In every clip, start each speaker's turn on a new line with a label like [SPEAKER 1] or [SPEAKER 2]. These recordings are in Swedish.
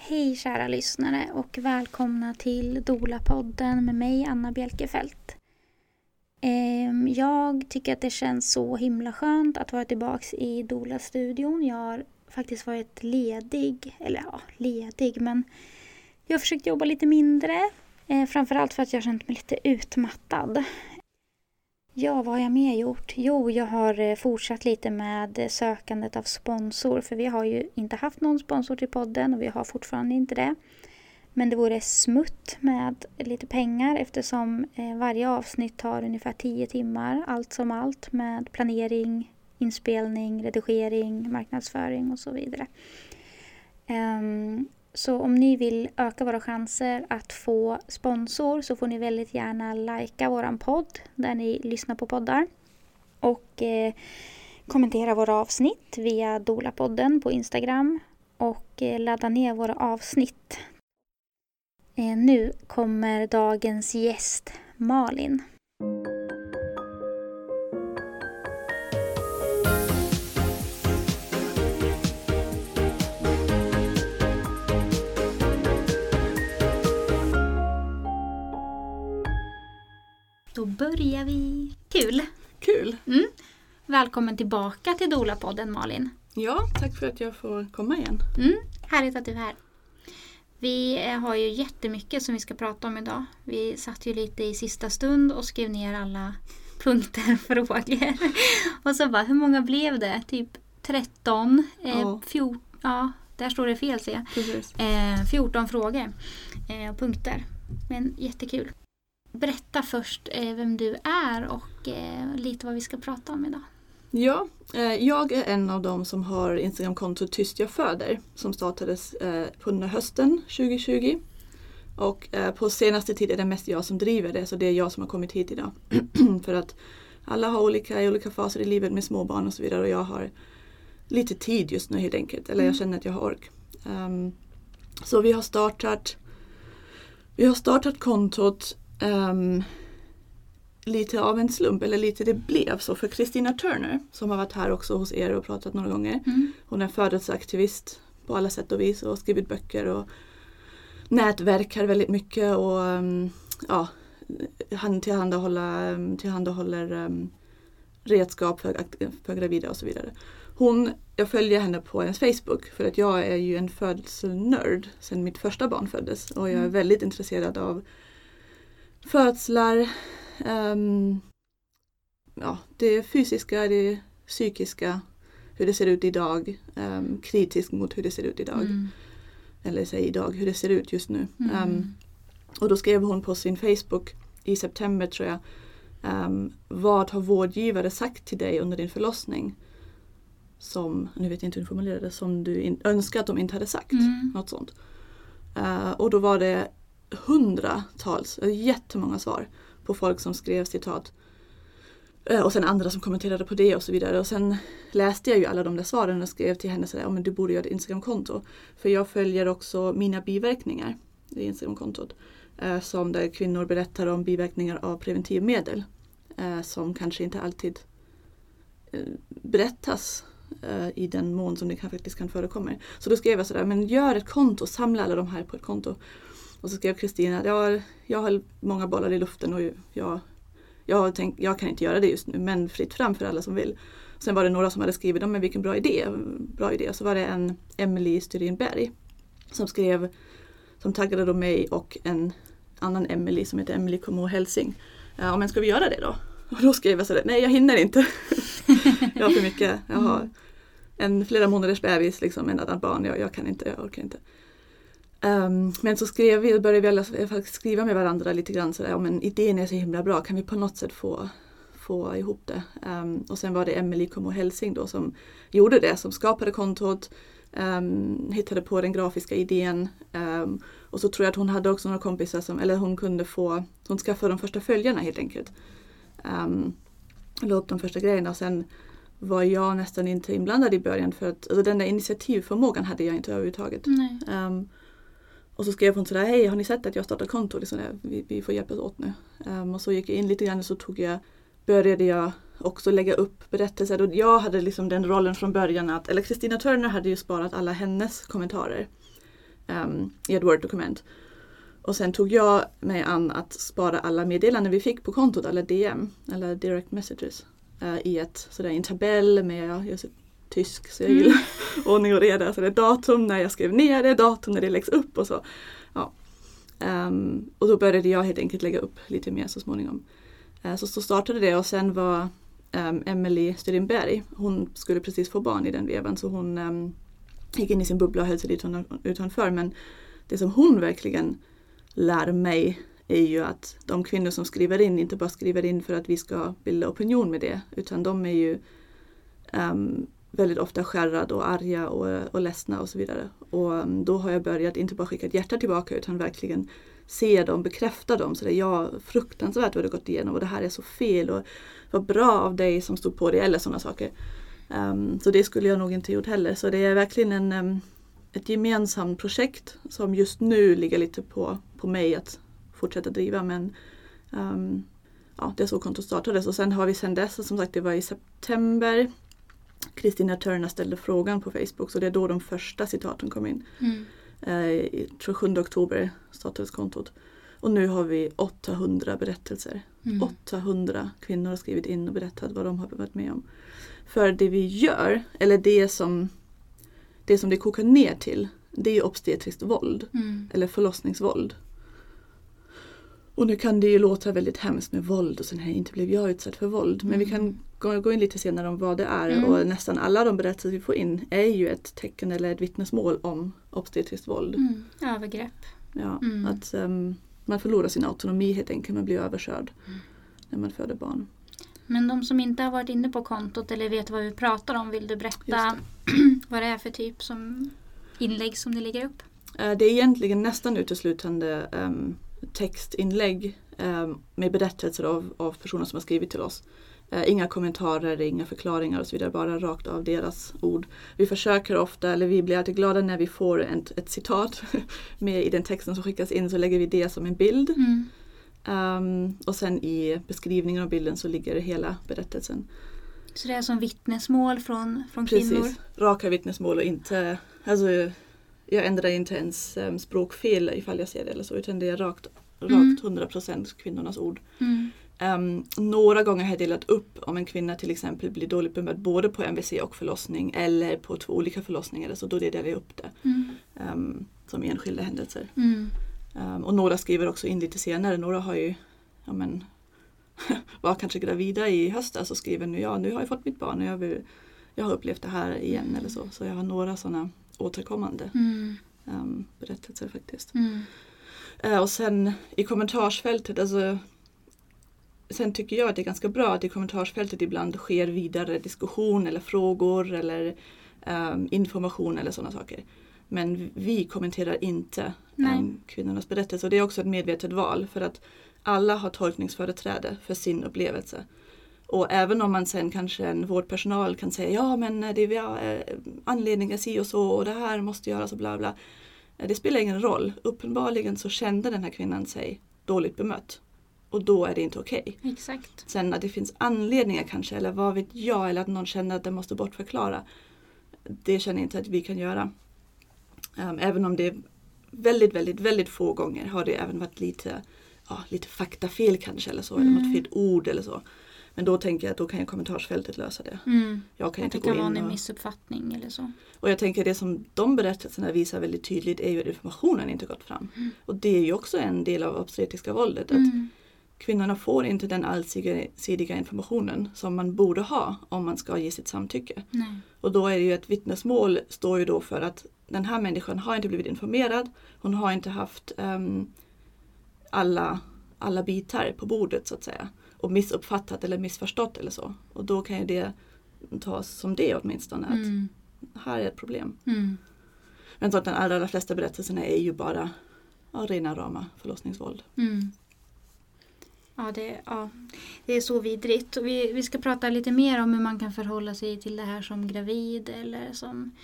[SPEAKER 1] Hej kära lyssnare och välkomna till Dola-podden med mig Anna Bjelkefelt. Jag tycker att det känns så himla skönt att vara tillbaka i Dola-studion. Jag har faktiskt varit ledig, men jag har försökt jobba lite mindre. Framförallt för att jag har känt mig lite utmattad. Ja, vad har jag mer gjort? Jo, jag har fortsatt lite med sökandet av sponsor. För vi har ju inte haft någon sponsor till podden och vi har fortfarande inte det. Men det vore smutt med lite pengar eftersom varje avsnitt tar ungefär 10 timmar. Allt som allt med planering, inspelning, redigering, marknadsföring och så vidare. Så om ni vill öka våra chanser att få sponsor så får ni väldigt gärna likea våran podd där ni lyssnar på poddar. Och kommentera våra avsnitt via Dola-podden på Instagram och ladda ner våra avsnitt. Nu kommer dagens gäst Malin. Då börjar vi. Kul! Välkommen tillbaka till Dola-podden, Malin.
[SPEAKER 2] Ja, tack för att jag får komma igen.
[SPEAKER 1] Härligt att du är här. Vi har ju jättemycket som vi ska prata om idag. Vi satt ju lite i sista stund och skrev ner alla punkter, frågor. Och så bara, hur många blev det? Typ 13, 14, där står det fel ser jag. 14 frågor, punkter. Men jättekul. Berätta först vem du är och lite vad vi ska prata om idag.
[SPEAKER 2] Ja, jag är en av dem som har Instagram-kontot Tyst jag föder som startades under hösten 2020. Och på senaste tid är det mest jag som driver det, så det är jag som har kommit hit idag. För att alla har olika faser i livet med små barn och så vidare och jag har lite tid just nu helt enkelt. Eller jag känner att jag har ork. Så vi har startat kontot lite av en slump, eller lite det blev så för Christina Turner som har varit här också hos er och pratat några gånger. Hon är födelseaktivist på alla sätt och vis och skrivit böcker och nätverkar väldigt mycket och han tillhandahåller redskap för gravida och så vidare. Jag följer henne på hennes Facebook för att jag är ju en födelsenörd sedan mitt första barn föddes och jag är väldigt intresserad av födslar, det fysiska, det psykiska, hur det ser ut idag, kritisk mot hur det ser ut idag. Eller säg idag, hur det ser ut just nu. Och då skrev hon på sin Facebook i september tror jag, vad har vårdgivare sagt till dig under din förlossning? Som, nu vet jag inte hur du formulerade, som du önskar att de inte hade sagt. Något sånt. Och då var det hundratals, jättemånga svar på folk som skrev citat. Och sen andra som kommenterade på det och så vidare. Och sen läste jag ju alla de där svaren och skrev till henne sådär, men du borde göra ett Instagram-konto. För jag följer också mina biverkningar i Instagram-kontot. Som där kvinnor berättar om biverkningar av preventivmedel. Som kanske inte alltid berättas i den mån som det faktiskt kan förekomma. Så då skrev jag sådär, men gör ett konto, samla alla de här på ett konto. Och så skrev Kristina, jag har många bollar i luften och jag kan inte göra det just nu, men fritt fram för alla som vill. Sen var det några som hade skrivit, men vilken bra idé. Så var det en Emily Styrinberg som taggade då mig och en annan Emily som heter Emily Como Helsing. Men ska vi göra det då? Och då skrev jag sådär, nej jag hinner inte. Jag har för mycket, jag har en flera månaders bebis, liksom, en annan barn, jag kan inte, jag orkar inte. Men så började vi alla skriva med varandra lite grann sådär, men idén är så himla bra, kan vi på något sätt få ihop det? Och sen var det Emily Como Helsing då som gjorde det, som skapade kontot, hittade på den grafiska idén, och så tror jag att hon hade också några kompisar hon skaffade de första följarna helt enkelt. La upp de första grejerna och sen var jag nästan inte inblandad i början för att den där initiativförmågan hade jag inte överhuvudtaget. Och så skrev hon sådär, hej har ni sett att jag startat konto? Liksom, vi får hjälpas åt nu. Och så gick jag in lite grann och så började jag också lägga upp berättelser. Och jag hade liksom den rollen från början Christina Turner hade ju sparat alla hennes kommentarer i ett Word-dokument. Och sen tog jag mig an att spara alla meddelanden vi fick på kontot, alla DM, eller direct messages, i en tabell med, jag är så tysk så jag gillar ordning och reda. Så det är datum när jag skrev ner det, datum när det läggs upp och så. Ja. Och då började jag helt enkelt lägga upp lite mer så småningom. Så startade det, och sen var Emily Stedinberg, hon skulle precis få barn i den vevan, så hon gick in i sin bubbla och höll sig lite utanför. Men det som hon verkligen lär mig är ju att de kvinnor som skriver in inte bara skriver in för att vi ska bilda opinion med det, utan de är ju väldigt ofta skärrade och arga och ledsna och så vidare. Och då har jag börjat inte bara skicka ett hjärta tillbaka, utan verkligen se dem, bekräfta dem. Så det är jag fruktansvärt vad det gått igenom, och det här är så fel, och vad bra av dig som stod på det, eller sådana saker. Så det skulle jag nog inte gjort heller. Så det är verkligen ett gemensamt projekt som just nu ligger lite på mig att fortsätta driva. Men det är så kontot startades. Och sen har vi sen dess, som sagt det var i september, Kristina Törner ställde frågan på Facebook, så det är då de första citaten kom in. Jag tror 7 oktober startades kontot. Och nu har vi 800 berättelser. 800 kvinnor har skrivit in och berättat vad de har varit med om. För det vi gör, eller det som det kokar ner till, det är obstetriskt våld. Eller förlossningsvåld. Och nu kan det ju låta väldigt hemskt med våld, och sen här inte blev jag utsatt för våld. Men vi kan gå in lite senare om vad det är. Och nästan alla de berättelser vi får in är ju ett tecken eller ett vittnesmål om obstetriskt våld.
[SPEAKER 1] Övergrepp.
[SPEAKER 2] Ja, att man förlorar sin autonomi helt enkelt, man blir överkörd när man föder barn.
[SPEAKER 1] Men de som inte har varit inne på kontot eller vet vad vi pratar om, vill du berätta vad det är för typ som inlägg som ni lägger upp?
[SPEAKER 2] Det är egentligen nästan uteslutande textinlägg med berättelser av personer som har skrivit till oss. Inga kommentarer, inga förklaringar och så vidare, bara rakt av deras ord. Vi försöker ofta, eller vi blir alltid glada när vi får ett citat med i den texten som skickas in, så lägger vi det som en bild. Och sen i beskrivningen av bilden så ligger hela berättelsen.
[SPEAKER 1] Så det är som vittnesmål från kvinnor?
[SPEAKER 2] Precis, raka vittnesmål, och inte, alltså jag ändrar inte ens språkfel ifall jag ser det eller så, utan det är rakt 100% kvinnornas ord. Några gånger har jag delat upp om en kvinna till exempel blir dåligt bemött både på MVC och förlossning, eller på 2 olika förlossningar, så då delar jag upp det som enskilda händelser. Och några skriver också in lite senare. Några har ju var kanske gravida i höstas och skriver nu har jag fått mitt barn och jag har upplevt det här igen eller så. Så jag har några sådana återkommande berättelser faktiskt. Och sen i kommentarsfältet, alltså, sen tycker jag att det är ganska bra att i kommentarsfältet ibland sker vidare diskussion eller frågor eller information eller sådana saker. Men vi kommenterar inte kvinnornas berättelse, och det är också ett medvetet val, för att alla har tolkningsföreträde för sin upplevelse. Och även om man sen kanske en vårdpersonal kan säga men det är anledningen si och så, och det här måste göras och bla bla. Det spelar ingen roll. Uppenbarligen så kände den här kvinnan sig dåligt bemött. Och då är det inte okej.
[SPEAKER 1] Exakt.
[SPEAKER 2] Sen att det finns anledningar kanske, eller vad vet jag, eller att någon känner att den måste bortförklara. Det känner inte att vi kan göra. Även om det är väldigt, väldigt, väldigt få gånger har det även varit lite faktafel kanske, eller så, eller något fel ord eller så. Men då tänker jag att då kan ju kommentarsfältet lösa det. Jag kan inte gå in. Det kan vara
[SPEAKER 1] en missuppfattning eller så.
[SPEAKER 2] Och jag tänker det som de berättelserna visar väldigt tydligt är ju att informationen inte gått fram. Och det är ju också en del av obstetriska våldet. Att kvinnorna får inte den allsidiga informationen som man borde ha om man ska ge sitt samtycke.
[SPEAKER 1] Nej.
[SPEAKER 2] Och då är det ju ett vittnesmål står ju då för att den här människan har inte blivit informerad. Hon har inte haft alla bitar på bordet så att säga. Och missuppfattat eller missförstått eller så. Och då kan ju det tas som det åtminstone. Att här är ett problem. Men så att den allra flesta berättelserna är ju bara rena rama förlossningsvåld.
[SPEAKER 1] Ja, det är så vidrigt. Och vi ska prata lite mer om hur man kan förhålla sig till det här som gravid eller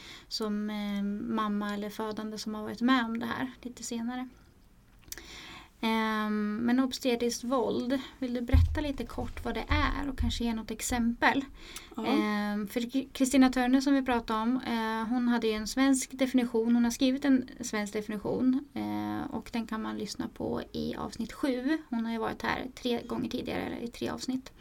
[SPEAKER 1] som mamma eller födande som har varit med om det här lite senare. Men obstetriskt våld, vill du berätta lite kort vad det är och kanske ge något exempel?
[SPEAKER 2] Ja.
[SPEAKER 1] För Kristina Törner som vi pratade om, hon hade ju en svensk definition, hon har skrivit en svensk definition och den kan man lyssna på i avsnitt 7. Hon har ju varit här 3 gånger tidigare, eller i 3 avsnitt.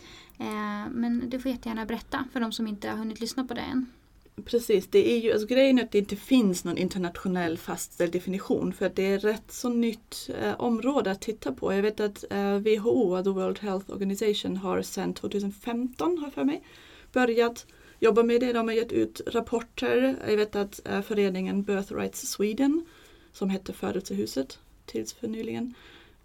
[SPEAKER 1] Men du får jättegärna berätta för de som inte har hunnit lyssna på det än.
[SPEAKER 2] Precis, det är ju, alltså grejen är att det inte finns någon internationell fastställd definition för att det är rätt så nytt område att titta på. Jag vet att WHO, the World Health Organization, har sedan 2015 har för mig börjat jobba med det. De har gett ut rapporter. Jag vet att föreningen Birthrights Sweden, som hette Födelsehuset tills för nyligen,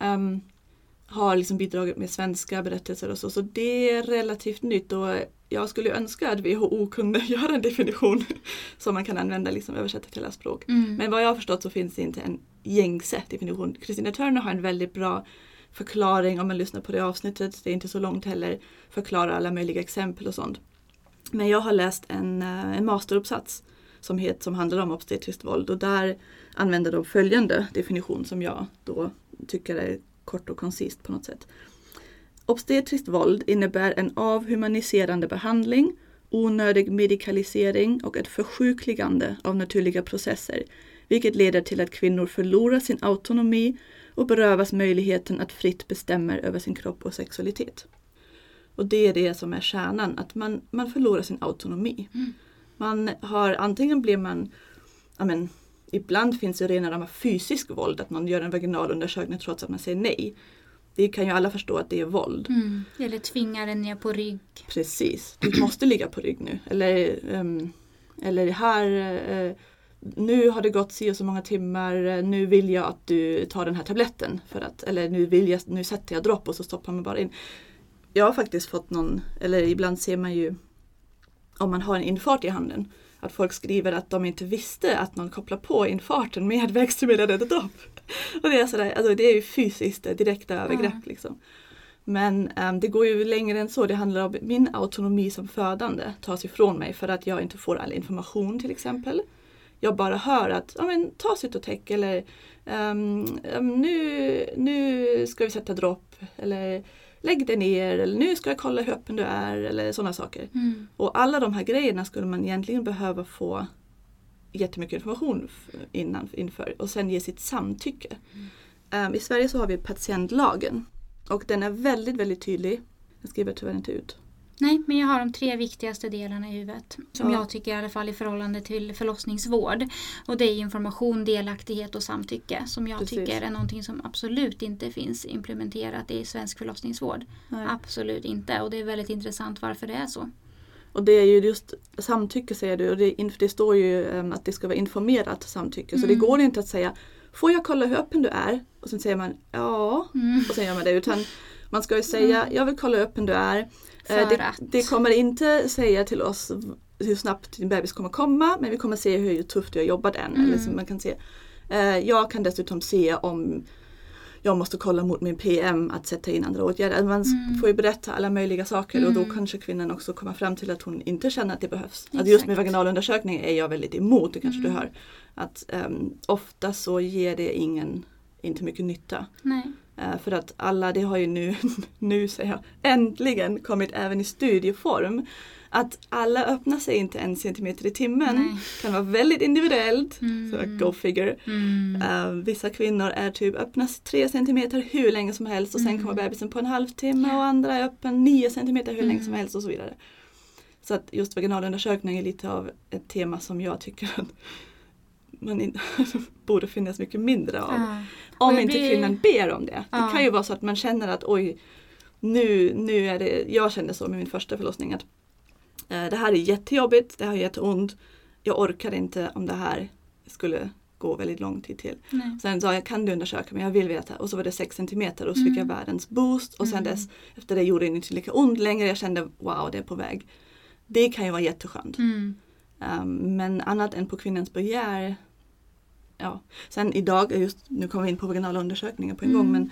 [SPEAKER 2] har liksom bidragit med svenska berättelser och så det är relativt nytt och jag skulle önska att WHO kunde göra en definition som man kan använda, liksom översätta till alla språk. Men vad jag har förstått så finns det inte en gängse definition. Kristina Törner har en väldigt bra förklaring om man lyssnar på det avsnittet. Det är inte så långt heller, förklara alla möjliga exempel och sånt. Men jag har läst en masteruppsats som handlar om obstetriskt våld och där använder de följande definition som jag då tycker är kort och koncist på något sätt. Obstetriskt våld innebär en avhumaniserande behandling, onödig medikalisering och ett försjukligande av naturliga processer, vilket leder till att kvinnor förlorar sin autonomi och berövas möjligheten att fritt bestämma över sin kropp och sexualitet. Och det är det som är kärnan, att man förlorar sin autonomi. Man har, antingen blir man, ibland finns det rena rama fysisk våld, att man gör en vaginalundersökning trots att man säger nej. Det kan ju alla förstå att det är våld.
[SPEAKER 1] Eller tvingar den ner på rygg.
[SPEAKER 2] Precis, du måste ligga på rygg nu. Eller här, nu har det gått så många timmar, nu vill jag att du tar den här tabletten. Eller nu sätter jag dropp och så stoppar man bara in. Jag har faktiskt fått eller ibland ser man ju om man har en infart i handen. Att folk skriver att de inte visste att någon kopplar på infarten med växtstimulerande dropp. Och det är sådär, alltså det är ju fysiskt direkta övergrepp liksom. Men det går ju längre än så. Det handlar om min autonomi som födande tas ifrån mig för att jag inte får all information till exempel. Jag bara hör att ta cytoteck eller nu ska vi sätta dropp eller lägg dig ner eller nu ska jag kolla hur öppen du är eller sådana saker. Och alla de här grejerna skulle man egentligen behöva få jättemycket information inför och sen ge sitt samtycke. I Sverige så har vi patientlagen och den är väldigt, väldigt tydlig. Jag skriver tyvärr inte ut.
[SPEAKER 1] Nej, men jag har de 3 viktigaste delarna i huvudet. Som jag tycker i alla fall i förhållande till förlossningsvård. Och det är information, delaktighet och samtycke. Som jag tycker är någonting som absolut inte finns implementerat i svensk förlossningsvård. Nej. Absolut inte. Och det är väldigt intressant varför det är så.
[SPEAKER 2] Och det är ju just samtycke säger du. Och det står ju att det ska vara informerat samtycke. Så det går inte att säga, får jag kolla hur öppen du är? Och sen säger man, ja. Och sen gör man det. Utan man ska ju säga, jag vill kolla hur öppen du är. Det kommer inte säga till oss hur snabbt din bebis kommer komma, men vi kommer se hur tufft du har jobbat än. Eller så man kan se. Jag kan dessutom se om jag måste kolla mot min PM att sätta in andra åtgärder. Man får ju berätta alla möjliga saker och då kanske kvinnan också kommer fram till att hon inte känner att det behövs. Att just med vaginalundersökning är jag väldigt emot, det kanske du hör. Att ofta så ger det inte mycket nytta.
[SPEAKER 1] Nej.
[SPEAKER 2] För att alla, det har ju nu säger jag, äntligen kommit även i studieform. Att alla öppnar sig inte 1 centimeter i timmen. Nej. Kan vara väldigt individuellt. Så go figure. Vissa kvinnor är typ öppnas 3 centimeter hur länge som helst. Och sen kommer bebisen på en halvtimme. Och andra är öppen 9 centimeter hur länge som helst och så vidare. Så att just vaginalundersökning är lite av ett tema som jag tycker att man borde finnas mycket mindre av. Om inte kvinnan ber om det. Det kan ju vara så att man känner att oj, nu är det, jag kände så med min första förlossning att det här är jättejobbigt, det här är jätteont. Jag orkar inte om det här skulle gå väldigt lång tid till. Nej. Sen sa jag, kan du undersöka men jag vill veta. Och så var det 6 centimeter och så fick jag världens boost. Och sen efter det gjorde det inte lika ont längre. Jag kände, wow, det är på väg. Det kan ju vara jätteskönt. Men annat än på kvinnans begär. Ja. Sen idag, nu kommer vi in på vaginala undersökningar på en gång. Men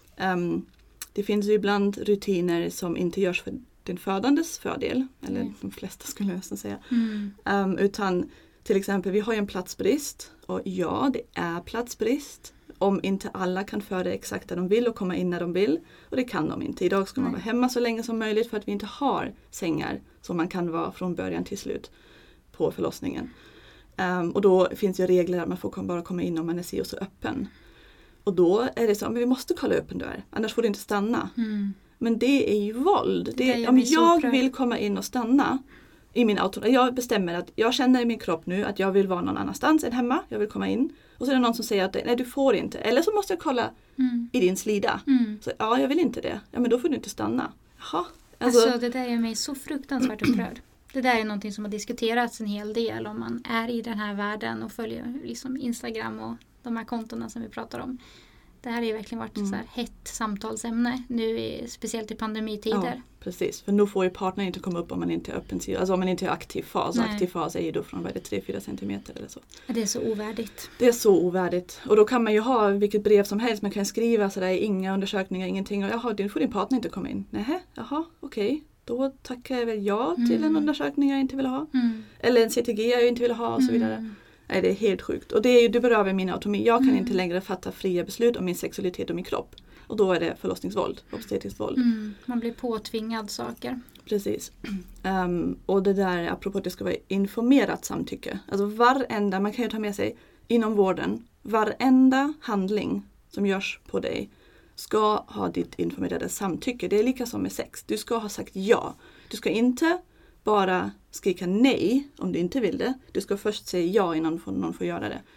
[SPEAKER 2] det finns ju ibland rutiner som inte görs för den födandes fördel. Eller de flesta skulle jag nästan säga. Utan till exempel, vi har ju en platsbrist. Och ja, det är platsbrist. om inte alla kan föra exakt där de vill och komma in när de vill. Och det kan de inte. Idag ska man vara hemma så länge som möjligt för att vi inte har sängar som man kan vara från början till slut på förlossningen. Och då finns ju regler att man får bara komma in om man är si och så öppen. Och då är det så att vi måste kolla upp en dörr, annars får du inte stanna. Men det är ju våld. Om jag vill komma in och stanna i min autonomi, jag bestämmer att jag känner i min kropp nu att jag vill vara någon annanstans än hemma, jag vill komma in. Och så är det någon som säger att nej, du får inte. Eller så måste jag kolla i din slida. Så jag vill inte det. Ja, men då får du inte stanna. Jaha.
[SPEAKER 1] Alltså det där är mig så fruktansvärt upprörd. Det där är någonting som har diskuterats en hel del om man är i den här världen och följer liksom Instagram och de här kontona som vi pratar om. Det här har ju verkligen varit ett så här hett samtalsämne nu, speciellt i pandemitider.
[SPEAKER 2] Ja, precis. För nu får ju partnern inte komma upp om man inte är öppen, alltså om man inte är aktiv fas.
[SPEAKER 1] Nej.
[SPEAKER 2] Aktiv fas är ju då från 3-4 centimeter eller så.
[SPEAKER 1] Det är så ovärdigt.
[SPEAKER 2] Det är så ovärdigt. Och då kan man ju ha vilket brev som helst. Man kan skriva sådär, inga undersökningar, ingenting. Och jaha, då får din partner inte komma in. Nej, jaha, okej. Då tackar jag väl ja till en undersökning jag inte vill ha. Eller en CTG jag inte vill ha och så vidare. Nej, det är helt sjukt. Och det berör min autonomi. Jag kan inte längre fatta fria beslut om min sexualitet och min kropp. Och då är det förlossningsvåld, obstetriskt våld.
[SPEAKER 1] Man blir påtvingad saker.
[SPEAKER 2] Precis. Och det där, apropå att det ska vara informerat samtycke. Alltså man kan ju ta med sig inom vården, varenda handling som görs på dig ska ha ditt informerade samtycke. Det är lika som med sex. Du ska ha sagt ja. Du ska inte bara skrika nej om du inte vill det. Du ska först säga ja innan någon får göra det.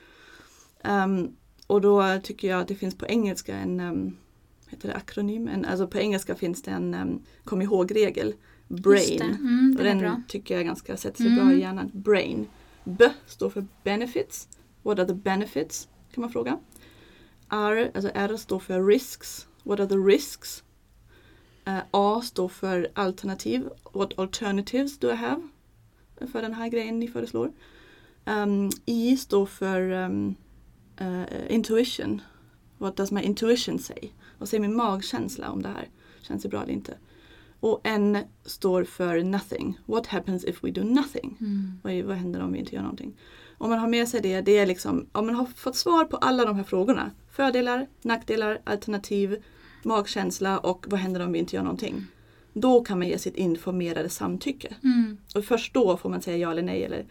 [SPEAKER 2] Och då tycker jag att det finns på engelska en akronym. Alltså på engelska finns det en kom ihåg-regel. BRAIN. Och den
[SPEAKER 1] bra.
[SPEAKER 2] tycker jag ganska sätter sig bra i hjärnan. BRAIN. B står för benefits. What are the benefits? Kan man fråga. R står för risks. What are the risks? A står för alternativ. What alternatives do I have? För den här grejen ni föreslår. I står för intuition. What does my intuition say? Vad säger min magkänsla om det här? Känns det bra eller inte? Och N står för nothing. What happens if we do nothing? Vad händer om vi inte gör någonting? Om man har med sig det är liksom, om man har fått svar på alla de här frågorna. Fördelar, nackdelar, alternativ, magkänsla och vad händer om vi inte gör någonting? Då kan man ge sitt informerade samtycke. Och först då får man säga ja eller nej eller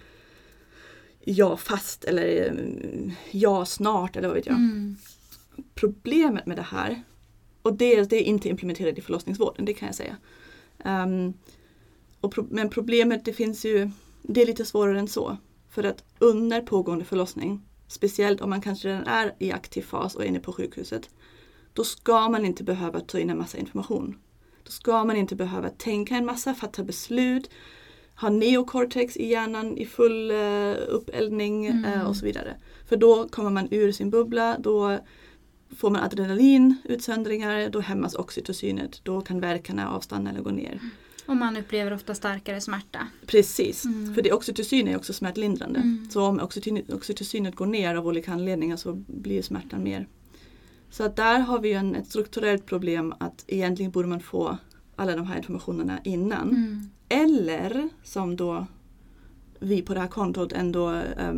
[SPEAKER 2] ja fast eller ja snart eller vad vet jag. Problemet med det här, och det är inte implementerat i förlossningsvården, det kan jag säga. Men problemet, det är lite svårare än så. För att under pågående förlossning, speciellt om man kanske redan är i aktiv fas och är inne på sjukhuset, då ska man inte behöva ta in en massa information. Då ska man inte behöva tänka en massa, fatta beslut, ha neocortex i hjärnan i full uppeldning och så vidare. För då kommer man ur sin bubbla, då får man adrenalinutsöndringar, då hämmas oxytocinet, då kan värkarna avstanna eller gå ner.
[SPEAKER 1] Och man upplever ofta starkare smärta.
[SPEAKER 2] Precis, för det oxytocin är också smärtlindrande. Så om oxytocinet går ner av olika anledningar så blir smärtan mer. Så att där har vi ett strukturellt problem att egentligen borde man få alla de här informationerna innan. Eller som då vi på det här kontot ändå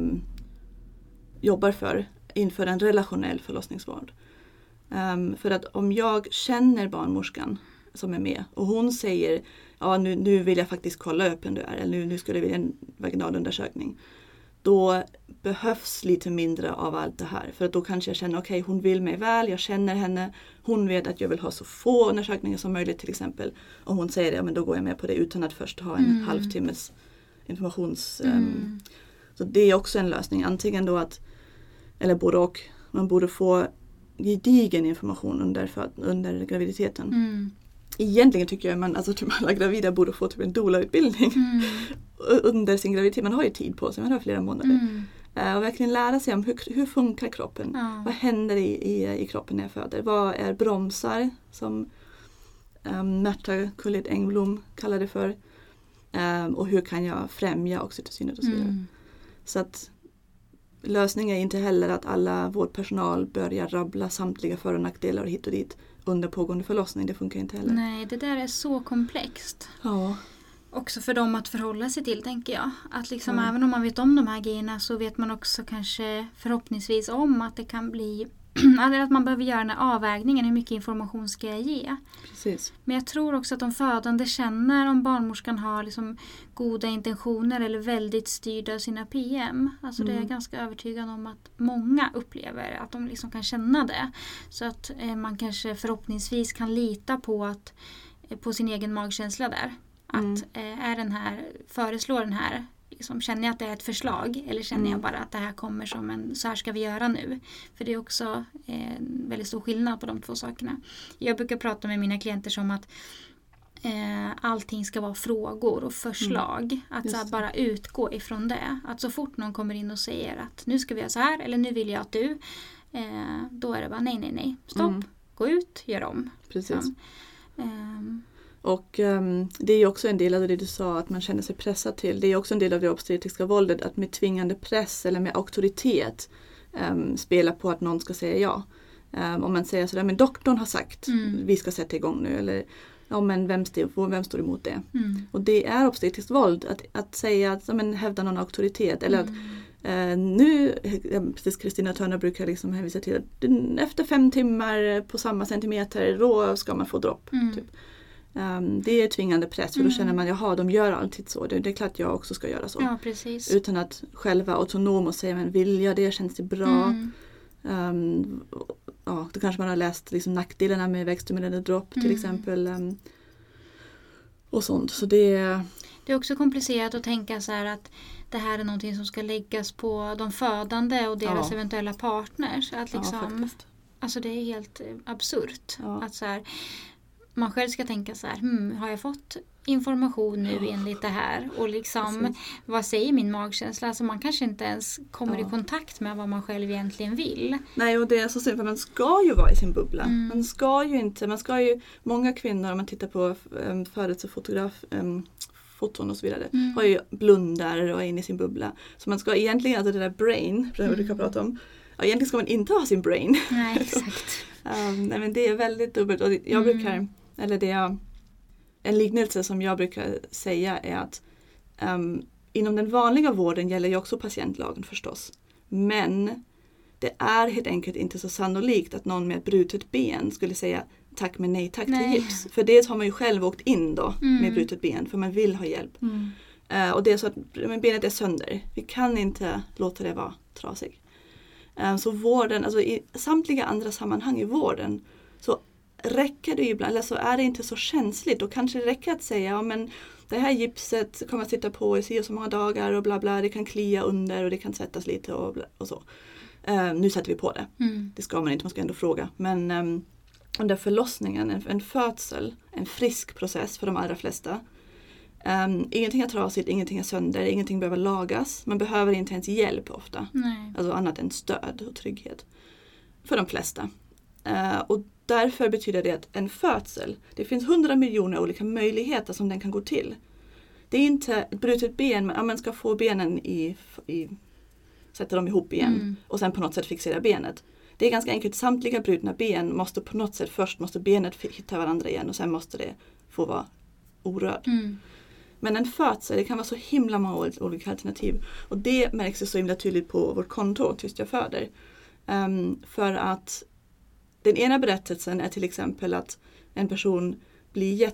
[SPEAKER 2] jobbar inför en relationell förlossningsvård. För att om jag känner barnmorskan som är med och hon säger ja nu vill jag faktiskt kolla upp en dörr eller nu skulle jag vilja en vaginalundersökning. Då behövs lite mindre av allt det här. För att då kanske jag känner okej, hon vill mig väl, jag känner henne. Hon vet att jag vill ha så få undersökningar som möjligt till exempel. Och hon säger det, ja men då går jag med på det utan att först ha en halvtimmes informations... Så det är också en lösning. Antingen då eller både och, man borde få gedigen information under graviditeten. Egentligen tycker jag typ alla gravida borde få typ en doula-utbildning under sin graviditet. Man har ju tid på sig, man har flera månader. Och verkligen lära sig om hur funkar kroppen. Vad händer i kroppen när jag föder? Vad är bromsar som Märta Kullit Engblom kallar det för? Och hur kan jag främja oxytocinet och så vidare. Så att lösningen är inte heller att alla vårdpersonal börjar rabbla samtliga för- och nackdelar och hit och dit under pågående förlossning. Det funkar inte heller.
[SPEAKER 1] Nej, det där är så komplext.
[SPEAKER 2] Ja.
[SPEAKER 1] Också för dem att förhålla sig till, tänker jag. Att även om man vet om de här grejerna så vet man också kanske förhoppningsvis om att det kan bli att man behöver göra den här avvägningen. Hur mycket information ska jag ge?
[SPEAKER 2] Precis.
[SPEAKER 1] Men jag tror också att de födande känner om barnmorskan har liksom goda intentioner eller väldigt styrda av sina PM. Alltså det är jag ganska övertygad om att många upplever att de liksom kan känna det. Så att man kanske förhoppningsvis kan lita på sin egen magkänsla där. Att föreslår den här, liksom, känner jag att det är ett förslag eller känner jag bara att det här kommer som så här ska vi göra nu. För det är också en väldigt stor skillnad på de två sakerna. Jag brukar prata med mina klienter som att allting ska vara frågor och förslag. Att så här, bara utgå ifrån det. Att så fort någon kommer in och säger att nu ska vi göra så här eller nu vill jag att du, då är det bara nej, stopp, gå ut, gör om.
[SPEAKER 2] Precis. Och det är ju också en del av det du sa att man känner sig pressad till. Det är också en del av det obstetriska våldet att med tvingande press eller med auktoritet spela på att någon ska säga ja. Om man säger sådär, men doktorn har sagt vi ska sätta igång nu. Eller ja, men vem står emot det? Och det är obstetriskt våld att säga att hävda någon auktoritet. Eller att nu, precis Kristina Törner brukar liksom hänvisa till att efter 5 timmar på samma centimeter då ska man få dropp. Typ. Det är tvingande press för då känner man, jaha, de gör alltid så. Det är klart att jag också ska göra så.
[SPEAKER 1] Ja, precis.
[SPEAKER 2] Utan att själva autonom och säga, men vill jag det, känns det bra? Då kanske man har läst liksom nackdelarna med växtstimulerande dropp till exempel. Och sånt. Så det
[SPEAKER 1] är också komplicerat att tänka så här att det här är någonting som ska läggas på de födande och deras eventuella partners. Att liksom, alltså det är helt absurt. Att så här, man själv ska tänka så här, har jag fått information nu enligt det här? Och liksom, vad säger min magkänsla? Alltså man kanske inte ens kommer i kontakt med vad man själv egentligen vill.
[SPEAKER 2] Nej, och det är så synd, för man ska ju vara i sin bubbla. Man ska ju, många kvinnor, om man tittar på foton och så vidare, har ju blundar och är inne i sin bubbla. Så man ska egentligen, alltså det där brain, som du kan prata om, egentligen ska man inte ha sin brain.
[SPEAKER 1] Nej, exakt.
[SPEAKER 2] Nej, men det är väldigt dubbelt. Och jag brukar, en liknelse som jag brukar säga är att inom den vanliga vården gäller ju också patientlagen förstås. Men det är helt enkelt inte så sannolikt att någon med ett brutet ben skulle säga tack men nej tack till gips. För det har man ju själv åkt in då med brutet ben för man vill ha hjälp. Och det är så att benet är sönder. Vi kan inte låta det vara trasig. Så vården, alltså i samtliga andra sammanhang i vården så räcker det ju ibland, eller så är det inte så känsligt. Och kanske det räcker att säga, ja men det här gipset kommer att sitta på i så många dagar och bla bla, det kan klia under och det kan sättas lite och så. Nu sätter vi på det. Det ska man inte, man ska ändå fråga. Men under förlossningen, en födsel, en frisk process för de allra flesta. Ingenting är trasigt, ingenting är sönder, ingenting behöver lagas. Man behöver inte ens hjälp ofta.
[SPEAKER 1] Nej.
[SPEAKER 2] Alltså annat än stöd och trygghet. För de flesta. Och därför betyder det att en födsel, det finns 100 miljoner olika möjligheter som den kan gå till. Det är inte ett brutet ben, men man ska få benen sätta dem ihop igen. Och sen på något sätt fixera benet. Det är ganska enkelt, samtliga brutna ben måste på något sätt, först måste benet hitta varandra igen och sen måste det få vara orörd. Men en födsel, det kan vara så himla många olika alternativ. Och det märks ju så himla tydligt på vårt konto, Tyst jag föder. För att den ena berättelsen är till exempel att en person blir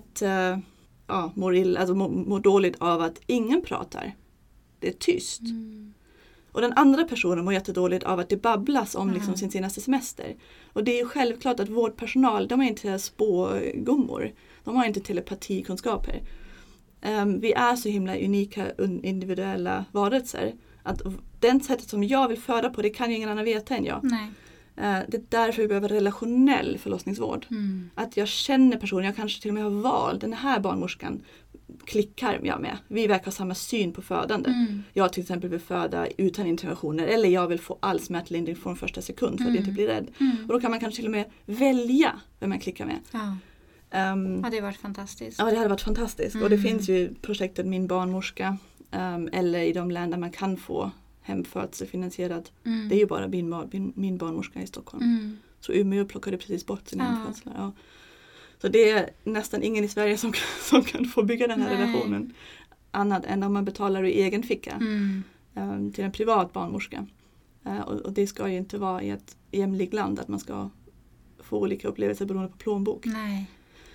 [SPEAKER 2] mår dåligt av att ingen pratar. Det är tyst. Och den andra personen mår jättedåligt av att det babblas om liksom sin senaste semester. Och det är ju självklart att vårdpersonal, de är inte spågummor. De har inte telepatikunskaper. Vi är så himla unika, individuella varelser. Att den sättet som jag vill föda på, det kan ju ingen annan veta än jag.
[SPEAKER 1] Nej.
[SPEAKER 2] Det är därför vi behöver relationell förlossningsvård. Att jag känner personen, jag kanske till och med har valt den här barnmorskan klickar jag med. Vi verkar ha samma syn på födande. Jag till exempel vill föda utan interventioner eller jag vill få all smärtlindring från första sekund för att inte bli rädd. Och då kan man kanske till och med välja vem man klickar med.
[SPEAKER 1] Ja, det har varit fantastiskt.
[SPEAKER 2] Ja, det hade varit fantastiskt. Och det finns ju projektet Min barnmorska eller i de länder man kan få hemfödsel finansierad. Det är ju bara min barnmorska i Stockholm. Så Umeå plockade precis bort sina hemfödslar. Ja. Så det är nästan ingen i Sverige som kan få bygga den här relationen. Annat än om man betalar ur egen ficka till en privat barnmorska. Och det ska ju inte vara i ett jämlikt land att man ska få olika upplevelser beroende på plånbok.
[SPEAKER 1] Nej.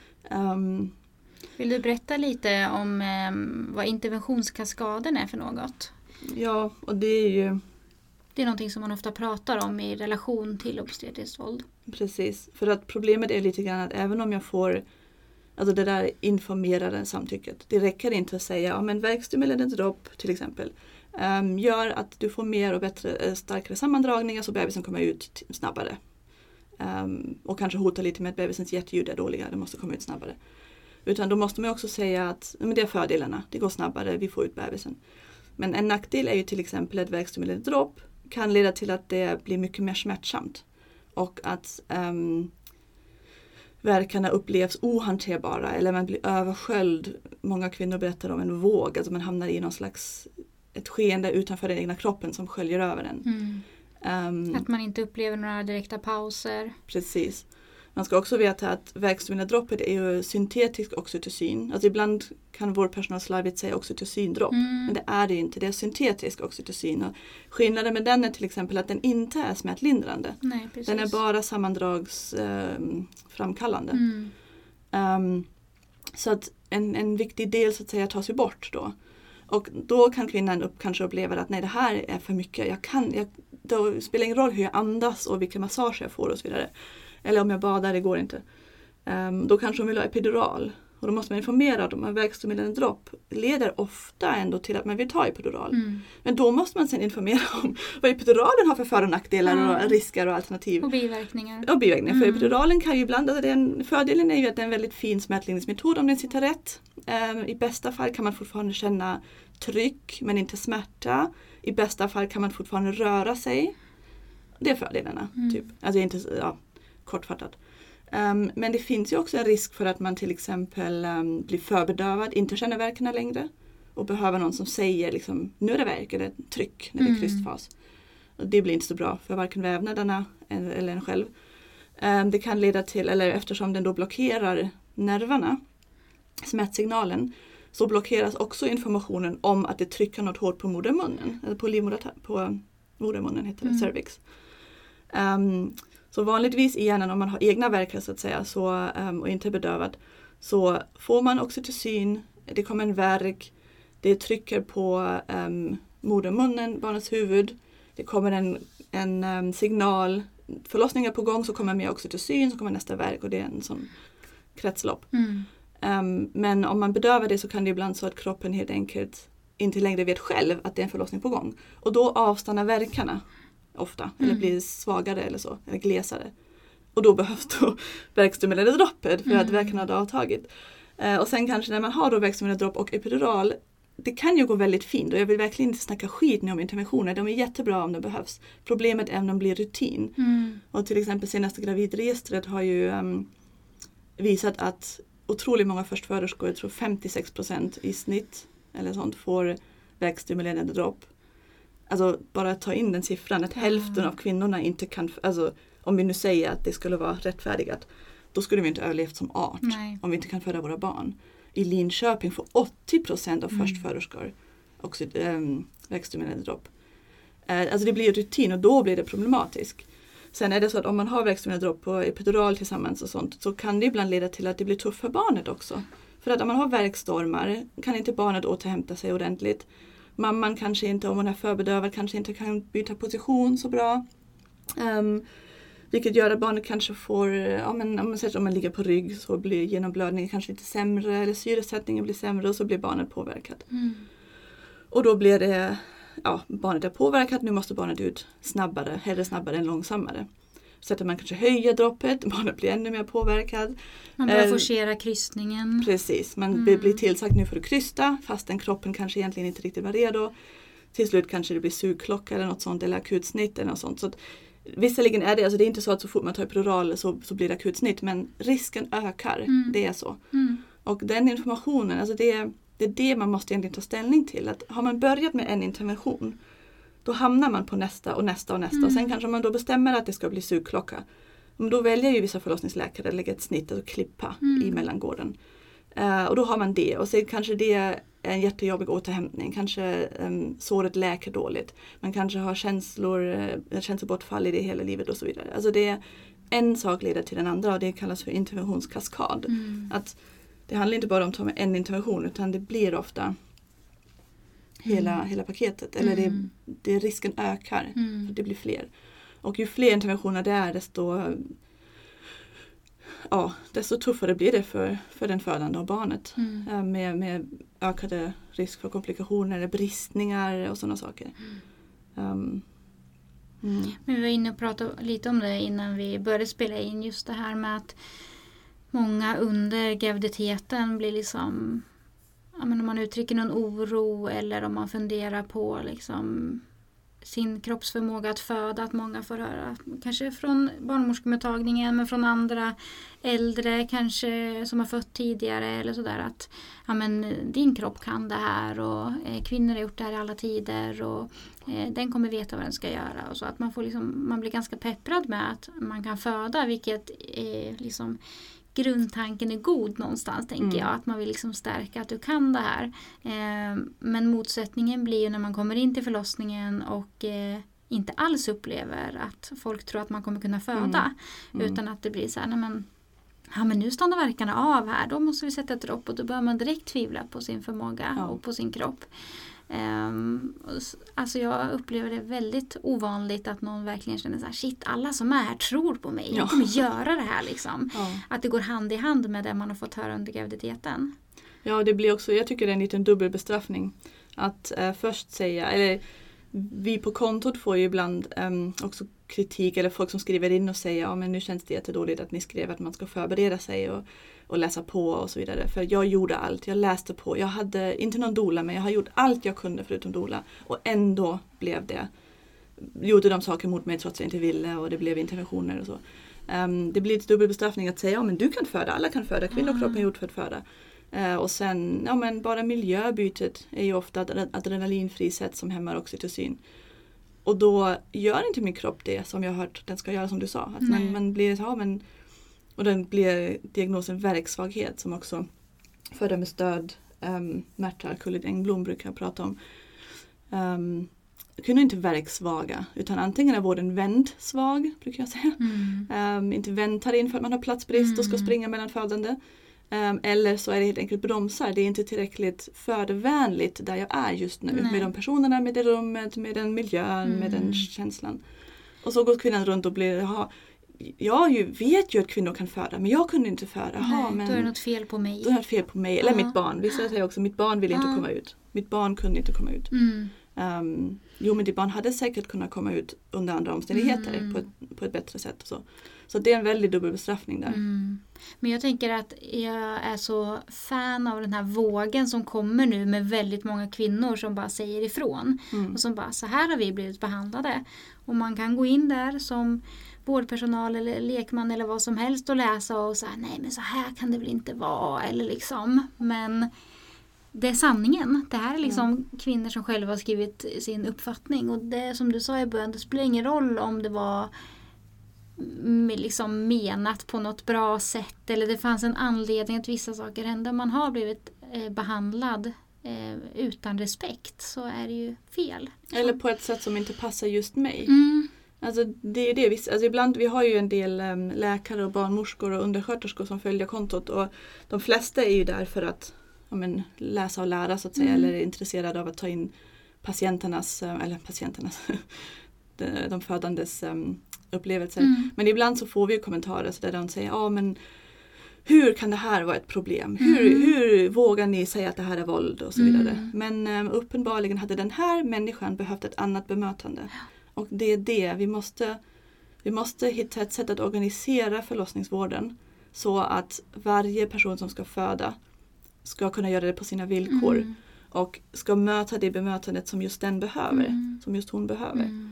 [SPEAKER 1] Vill du berätta lite om vad interventionskaskaden är för något?
[SPEAKER 2] Ja, och det är ju...
[SPEAKER 1] Det är någonting som man ofta pratar om i relation till obstetriskt våld.
[SPEAKER 2] Precis, för att problemet är lite grann att även om jag får alltså det där informerade samtycket. Det räcker inte att säga men verkstimulerande dropp till exempel gör att du får mer och bättre, starkare sammandragningar så bebisen kommer ut snabbare. Och kanske hota lite med att bebisens hjärtljud är dåliga, det måste komma ut snabbare. Utan då måste man också säga att men det är fördelarna, det går snabbare, vi får ut bebisen. Men en nackdel är ju till exempel att verkstimulerande dropp kan leda till att det blir mycket mer smärtsamt. Och att verkarna upplevs ohanterbara eller man blir översköljd. Många kvinnor berättar om en våg, alltså man hamnar i någon slags ett skeende utanför den egna kroppen som sköljer över en.
[SPEAKER 1] Att man inte upplever några direkta pauser.
[SPEAKER 2] Precis. Man ska också veta att verkstimulerande droppet är ju syntetisk oxytocin. Alltså ibland kan vår personal slarvigt säga oxytocindropp. Men det är det inte, det är syntetisk oxytocin. Och skillnaden med den är till exempel att den inte är smärtlindrande.
[SPEAKER 1] Nej, precis.
[SPEAKER 2] Den är bara sammandragsframkallande. Så att en viktig del så att säga tas ju bort då. Och då kan kvinnan kanske uppleva att nej det här är för mycket. Då spelar ingen roll hur jag andas och vilka massager jag får och så vidare. Eller om jag badar, det går inte. Då kanske hon vill ha epidural. Och då måste man informera att de här verkstimulerande dropp leder ofta ändå till att man vill ta epidural. Men då måste man sen informera om vad epiduralen har för för- och nackdelar och risker och alternativ.
[SPEAKER 1] Och biverkningar.
[SPEAKER 2] Och biverkningar. För epiduralen kan ju ibland, alltså fördelen är ju att det är en väldigt fin smärtlindringsmetod om den sitter rätt. I bästa fall kan man fortfarande känna tryck men inte smärta. I bästa fall kan man fortfarande röra sig. Det är fördelarna. Typ. Alltså inte, kortfattat. Men det finns ju också en risk för att man till exempel blir förbedövad, inte känner värkarna längre och behöver någon som säger liksom, nu är det värk eller tryck när det är krystfas. Och det blir inte så bra för varken vävnaderna eller en själv. Det kan leda till, eller eftersom den då blockerar nerverna, smärtsignalen, så blockeras också informationen om att det trycker något hårt på modermunnen, eller på modermunnen heter det, cervix. Så vanligtvis i hjärnan om man har egna värkar så att säga och inte är bedövad så får man oxytocin, det kommer en värk, det trycker på modermunnen, barnets huvud, det kommer en signal, förlossningen är på gång så kommer mer oxytocin, så kommer nästa värk och det är en sån kretslopp. Men om man bedövar det så kan det ibland så att kroppen helt enkelt inte längre vet själv att det är en förlossning på gång och då avstannar värkarna. Ofta, eller blir svagare eller så, eller glesare. Och då behövs då verkstimulerande droppet för att värkarna har avtagit. Och sen kanske när man har då verkstimulerande dropp och epidural, det kan ju gå väldigt fint och jag vill verkligen inte snacka skit nu om interventioner, de är jättebra om det behövs. Problemet är om de blir rutin. Och till exempel senaste gravidregistret har ju visat att otroligt många förstföderskor, jag tror 56% i snitt eller sånt, får verkstimulerande dropp. Alltså bara ta in den siffran att hälften av kvinnorna inte kan, alltså om vi nu säger att det skulle vara rättfärdigat, då skulle vi inte överlevt som art.
[SPEAKER 1] Nej.
[SPEAKER 2] Om vi inte kan föda våra barn. I Linköping får 80% av förstföderskor också verkstimulerande dropp. Alltså det blir rutin och då blir det problematiskt. Sen är det så att om man har verkstimulerande dropp och epidural tillsammans och sånt så kan det ibland leda till att det blir tufft för barnet också. För att om man har värkstormar kan inte barnet återhämta sig ordentligt. Mamman kanske inte, om hon är förbedövad, kanske inte kan byta position så bra. Vilket gör att barnet kanske får, om man ligger på rygg så blir genomblödningen kanske lite sämre eller syresättningen blir sämre och så blir barnet påverkat. Och då blir det, barnet är påverkat, nu måste barnet ut snabbare, hellre snabbare än långsammare. Så att man kanske höjer droppet, barnet blir ännu mer påverkad.
[SPEAKER 1] Man börjar forcera krystningen.
[SPEAKER 2] Precis, man blir tillsagt nu för att krysta fastän kroppen kanske egentligen inte riktigt var redo. Till slut kanske det blir sugklocka eller något sånt eller akutsnitt eller något sånt. Så att, visserligen är det, alltså det är inte så att så fort man tar epidural så blir det akutsnitt men risken ökar, det är så. Och den informationen, alltså det är det man måste egentligen ta ställning till. Att har man börjat med en intervention då hamnar man på nästa och nästa och nästa. Och sen kanske man då bestämmer att det ska bli sugklocka. Men då väljer ju vissa förlossningsläkare att lägga ett snitt och klippa i mellangården. Och då har man det. Och sen kanske det en jättejobbig återhämtning. Kanske såret läker dåligt. Man kanske har känslobortfall i det hela livet och så vidare. Alltså en sak leder till den andra och det kallas för interventionskaskad. Att det handlar inte bara om att ta med en intervention utan det blir ofta hela paketet. Eller det risken ökar. För det blir fler. Och ju fler interventioner det är desto tuffare blir det för den födande och barnet. Med ökade risk för komplikationer, bristningar och sådana saker.
[SPEAKER 1] Men vi var inne och pratade lite om det innan vi började spela in. Just det här med att många under graviditeten blir liksom... om man uttrycker någon oro eller om man funderar på liksom sin kroppsförmåga att föda, att många får höra kanske från barnmorskemottagningen men från andra äldre kanske som har fött tidigare eller sådär att din kropp kan det här och kvinnor har gjort det här i alla tider och den kommer veta vad den ska göra och så att man får man blir ganska pepprad med att man kan föda, vilket liksom grundtanken är god någonstans tänker jag. Att man vill stärka att du kan det här. Men motsättningen blir ju när man kommer in till förlossningen och inte alls upplever att folk tror att man kommer kunna föda. Utan att det blir så här, men nu stannar verkarna av här. Då måste vi sätta ett dropp och då börjar man direkt tvivla på sin förmåga och på sin kropp. Alltså jag upplever det väldigt ovanligt att någon verkligen känner så här, shit, alla som är här tror på mig, jag kommer göra det här liksom. Att det går hand i hand med det man har fått höra under graviditeten.
[SPEAKER 2] Ja, det blir också, jag tycker det är en liten dubbelbestraffning att först säga, eller vi på kontot får ju ibland också kritik eller folk som skriver in och säger men nu känns det jättedåligt att ni skrev att man ska förbereda sig och läsa på och så vidare. För jag gjorde allt, jag läste på. Jag hade inte någon doula men jag har gjort allt jag kunde förutom doula. Och ändå gjorde de saker mot mig trots att jag inte ville och det blev interventioner och så. Det blir ett dubbelbestraffning att säga men du kan föda, alla kan föda, kvinnokroppen är gjord för att föda. Och sen, bara miljöbytet är ju ofta adrenalinfrisätt som hämmar oxytocin. Och då gör inte min kropp det som jag har hört den ska göra som du sa. Att man blir och den blir diagnosen värksvaghet som också födda med stöd, Märta Kullid Engblom brukar prata om. Kunde inte värksvaga utan antingen är vården vändsvag brukar jag säga. Inte väntar in för att man har platsbrist och ska springa mellan födande. Eller så är det helt enkelt bromsar. Det är inte tillräckligt födvänligt där jag är just nu. Med de personerna, med det rummet, med den miljön, med den känslan. Och så går kvinnan runt och blir, jag vet ju att kvinnor kan föda, men jag kunde inte föda.
[SPEAKER 1] Men då är det något fel på mig.
[SPEAKER 2] Då är det fel på mig. Eller mitt barn. Vissa säger också, mitt barn vill inte komma ut. Mitt barn kunde inte komma ut. Men ditt barn hade säkert kunnat komma ut under andra omständigheter på ett bättre sätt. Och så det är en väldigt dubbelbestraffning där.
[SPEAKER 1] Men jag tänker att jag är så fan av den här vågen som kommer nu med väldigt många kvinnor som bara säger ifrån. Och som bara, så här har vi blivit behandlade. Och man kan gå in där som vårdpersonal eller lekman eller vad som helst och läsa och säga, nej men så här kan det väl inte vara. Eller liksom, men det är sanningen. Det här är kvinnor som själva har skrivit sin uppfattning. Och det som du sa i början, det spelar ingen roll om det var menat på något bra sätt eller det fanns en anledning att vissa saker hände. Man har blivit behandlad utan respekt så är det ju fel.
[SPEAKER 2] Eller på ett sätt som inte passar just mig. Alltså det är det. Alltså ibland, vi har ju en del läkare och barnmorskor och undersköterskor som följer kontot och de flesta är ju där för att läsa och lära så att säga eller är intresserade av att ta in patienternas de födandes upplevelser. Men ibland så får vi kommentarer så där de säger men hur kan det här vara ett problem? Hur vågar ni säga att det här är våld och så vidare. Men uppenbarligen hade den här människan behövt ett annat bemötande. Och det är det vi måste hitta ett sätt att organisera förlossningsvården så att varje person som ska föda ska kunna göra det på sina villkor och ska möta det bemötandet som just den behöver, som just hon behöver.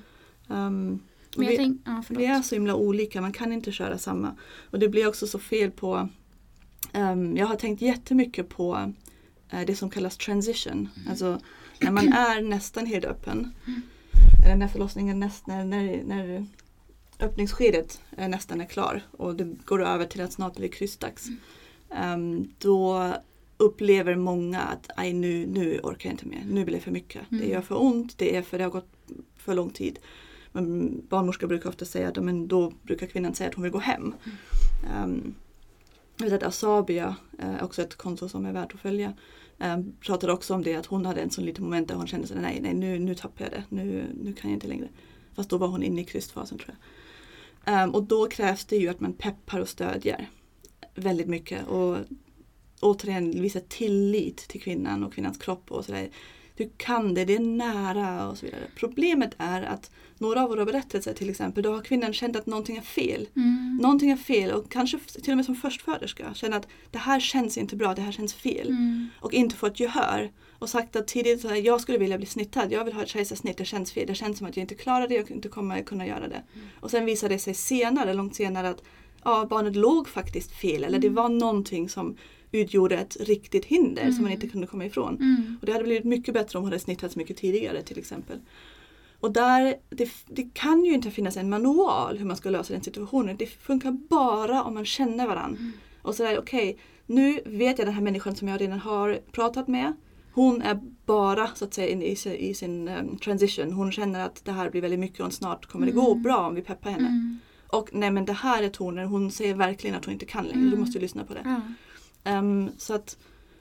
[SPEAKER 2] Vi är så himla olika, man kan inte köra samma. Och det blir också så fel på, jag har tänkt jättemycket på det som kallas transition. Alltså när man är nästan helt öppen, eller när förlossningen när öppningsskedet nästan är klar och det går över till att snart blir kryssdags. Då upplever många att nu orkar jag inte mer. Nu blir det för mycket. Det gör för ont. Det har gått för lång tid. Men barnmorskor brukar ofta säga att men då brukar kvinnan säga att hon vill gå hem. Jag vet att Asabia, också ett konto som är värt att följa, pratade också om det att hon hade en sån liten moment där hon kände sig nej nu tappar jag det. Nu kan jag inte längre. Fast då var hon inne i krystfasen tror jag. Och då krävs det ju att man peppar och stödjer väldigt mycket. Och återigen visa tillit till kvinnan och kvinnans kropp och sådär. Du kan det är nära och så vidare. Problemet är att några av våra berättelser till exempel, då har kvinnan känt att någonting är fel. Någonting är fel och kanske till och med som förstföderska känner att det här känns inte bra, det här känns fel. Och inte fått gehör. Och sagt att tidigt att jag skulle vilja bli snittad, jag vill ha ett kejsarsnitt, det känns fel. Det känns som att jag inte klarar det, jag inte kommer kunna göra det. Och sen visar det sig senare, långt senare att barnet låg faktiskt fel. Eller det var någonting som utgjorde ett riktigt hinder som man inte kunde komma ifrån. Och det hade blivit mycket bättre om hon hade snittats mycket tidigare till exempel. Och där, det kan ju inte finnas en manual hur man ska lösa den situationen. Det funkar bara om man känner varandra. Och sådär, okej, nu vet jag den här människan som jag redan har pratat med. Hon är bara så att säga i sin transition. Hon känner att det här blir väldigt mycket och snart kommer det gå bra om vi peppar henne. Och nej men det här är tonen. Hon säger verkligen att hon inte kan längre. Du måste lyssna på det. Så att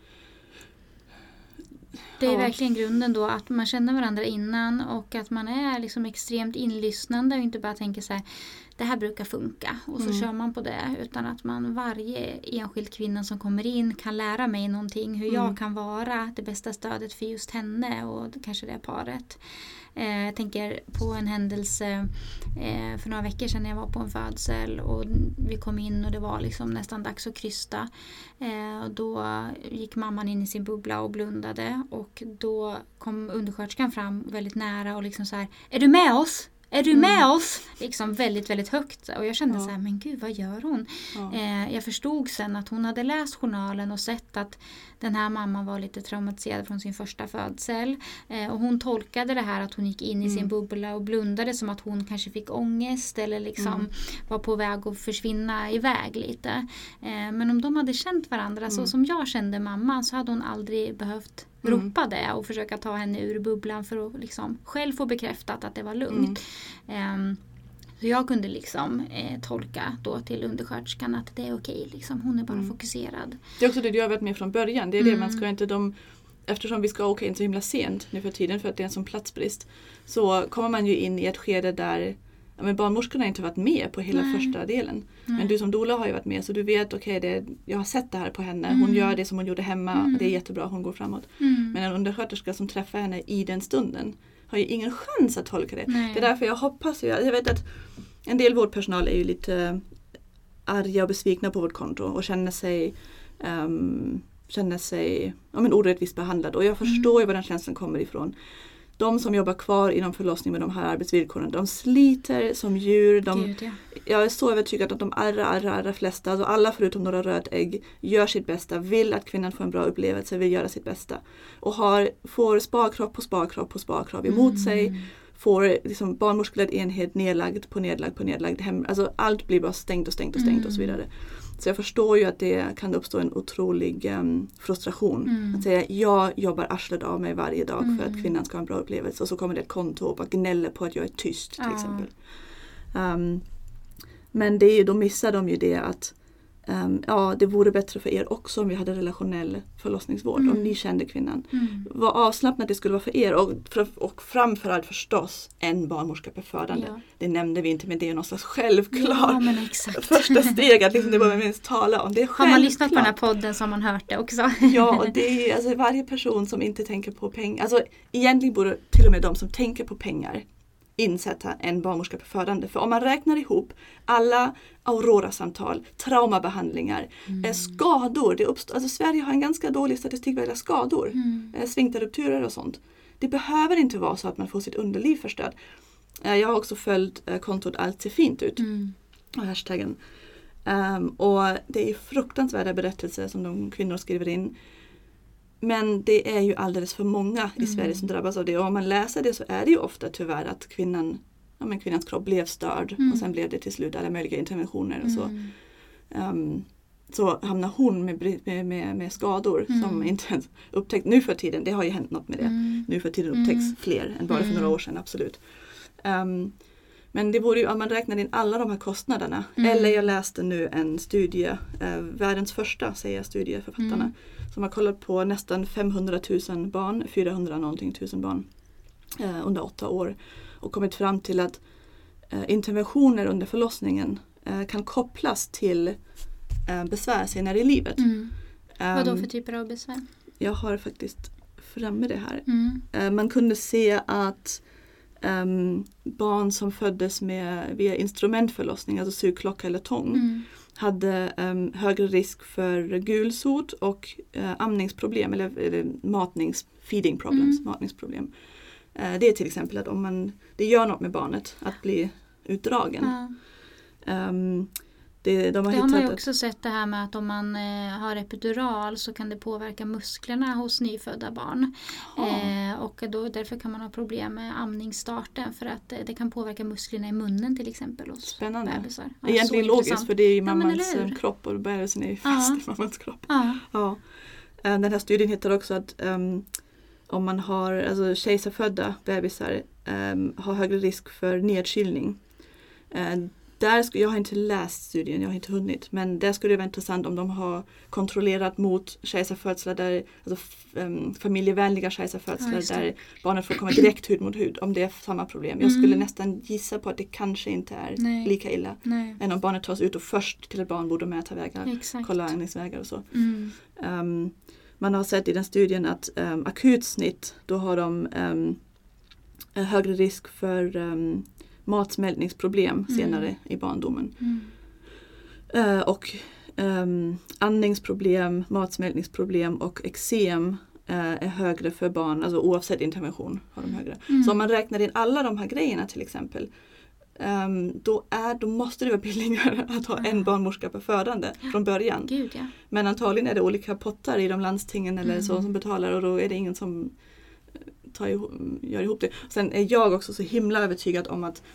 [SPEAKER 1] det är verkligen grunden då att man känner varandra innan och att man är liksom extremt inlyssnande och inte bara tänker så här, det här brukar funka och så kör man på det, utan att man varje enskild kvinna som kommer in kan lära mig någonting, hur jag kan vara det bästa stödet för just henne och kanske det paret. Jag tänker på en händelse för några veckor sedan när jag var på en födsel och vi kom in och det var liksom nästan dags att krysta. Då gick mamman in i sin bubbla och blundade och då kom undersköterskan fram väldigt nära och liksom så här, är du med oss? Är du med oss? Liksom väldigt, väldigt högt. Och jag kände så här, men gud, vad gör hon? Jag förstod sen att hon hade läst journalen och sett att den här mamman var lite traumatiserad från sin första födsel. Och hon tolkade det här att hon gick in i sin bubbla och blundade som att hon kanske fick ångest eller liksom var på väg att försvinna iväg lite. Men om de hade känt varandra så som jag kände mamman, så hade hon aldrig behövt ropa det och försöka ta henne ur bubblan för att liksom själv få bekräftat att det var lugnt. Så jag kunde liksom tolka då till undersköterskan att det är okej, liksom. Hon är bara fokuserad.
[SPEAKER 2] Det är också det du har varit med från början. Det är det man ska inte eftersom vi ska åka in så himla sent nu för tiden för att det är en sån platsbrist, så kommer man ju in i ett skede där men barnmorskorna har inte varit med på hela första delen. Men du som doula har ju varit med, så du vet jag har sett det här på henne. Hon gör det som hon gjorde hemma. Det är jättebra, hon går framåt. Men en undersköterska som träffar henne i den stunden har ju ingen chans att tolka det. Det är därför jag hoppas, jag vet att en del vårdpersonal är ju lite arga och besvikna på vårt konto och känner sig orättvist behandlad. Och jag förstår ju var den känslan kommer ifrån. De som jobbar kvar inom förlossning med de här arbetsvillkoren, de sliter som djur. Jag är så övertygad att de allra flesta, alltså alla förutom några rötägg, gör sitt bästa, vill att kvinnan får en bra upplevelse, vill göra sitt bästa. Och får sparkrav på sparkrav emot sig, får liksom barnmorskeledd enhet nedlagd på nedlagd hem. Alltså allt blir bara stängt och så vidare. Så jag förstår ju att det kan uppstå en otrolig frustration. Att säga, jag jobbar arslet av mig varje dag för att kvinnan ska ha en bra upplevelse. Och så kommer det ett konto och bara gnäller på att jag är tyst till exempel. Men då missar de ju det att det vore bättre för er också om vi hade relationell förlossningsvård. Om ni kände kvinnan. Vad avslappnat det skulle vara för er. Och framförallt förstås en barnmorska per födande. Det nämnde vi inte, men det är någon slags självklart första steg att liksom det bara minst tala om. Det är
[SPEAKER 1] har man lyssnat på den här podden så har man hört det också.
[SPEAKER 2] Ja, och det är alltså varje person som inte tänker på pengar. Alltså egentligen borde till och med de som tänker på pengar insätta en barnmorska på födande. För om man räknar ihop alla Aurora-samtal, traumabehandlingar, skador. Alltså Sverige har en ganska dålig statistik vad gäller skador. Sfinkterrupturer och sånt. Det behöver inte vara så att man får sitt underliv förstört. Jag har också följt kontot Allt ser fint ut. Och hashtaggen. Och det är fruktansvärda berättelser som de kvinnor skriver in. Men det är ju alldeles för många i Sverige som drabbas av det. Och om man läser det så är det ju ofta tyvärr att kvinnans kropp blev störd. Och sen blev det till slut alla möjliga interventioner och så. så hamnar hon med skador som inte ens upptäcks. Nu för tiden, det har ju hänt något med det. Nu för tiden upptäcks fler än bara för några år sedan, absolut. Men det vore ju om man räknar in alla de här kostnaderna. Eller jag läste nu en studie, världens första säger studieförfattarna, som har kollat på nästan 500 000 barn, 400 någonting tusen barn under 8 år. Och kommit fram till att interventioner under förlossningen kan kopplas till besvär senare i livet.
[SPEAKER 1] Vad då för typer av besvär?
[SPEAKER 2] Jag har faktiskt framme det här. Man kunde se att barn som föddes via instrumentförlossning, alltså sugklocka eller tång, hade högre risk för gulsot och amningsproblem eller feeding problems, matningsproblem. Det är till exempel att om det gör något med barnet att bli utdragen. Det har
[SPEAKER 1] man ju också sett det här med att om man har epidural så kan det påverka musklerna hos nyfödda barn. Och därför kan man ha problem med amningsstarten för att det kan påverka musklerna i munnen till exempel hos
[SPEAKER 2] Spännande.
[SPEAKER 1] bebisar.
[SPEAKER 2] Ja, egentligen logiskt för det är ju mammans kropp och bebisen är ju fast i mammans kropp. Ja. Den här studien hittar också att om man har kejsarfödda bebisar har högre risk för nedkylning. Jag har inte läst studien, jag har inte hunnit. Men där skulle det vara intressant om de har kontrollerat mot kejsarfödslar, familjevänliga kejsarfödslar där barnet får komma direkt hud mot hud. Om det är samma problem. Jag skulle nästan gissa på att det kanske inte är lika illa. Än om barnet tas ut och först till ett barn borde mäta vägar, kolla andningsvägar och så. Man har sett i den studien att akutsnitt, då har de högre risk för matsmältningsproblem senare i barndomen. Och andningsproblem, matsmältningsproblem och eksem är högre för barn, alltså oavsett intervention har de högre. Så om man räknar in alla de här grejerna till exempel, då måste det vara billigare att ha en barnmorska per födande från början.
[SPEAKER 1] Gud, ja.
[SPEAKER 2] Men antagligen är det olika pottar i de landstingen eller så som betalar och då är det ingen som gör ihop det. Sen är jag också så himla övertygad om att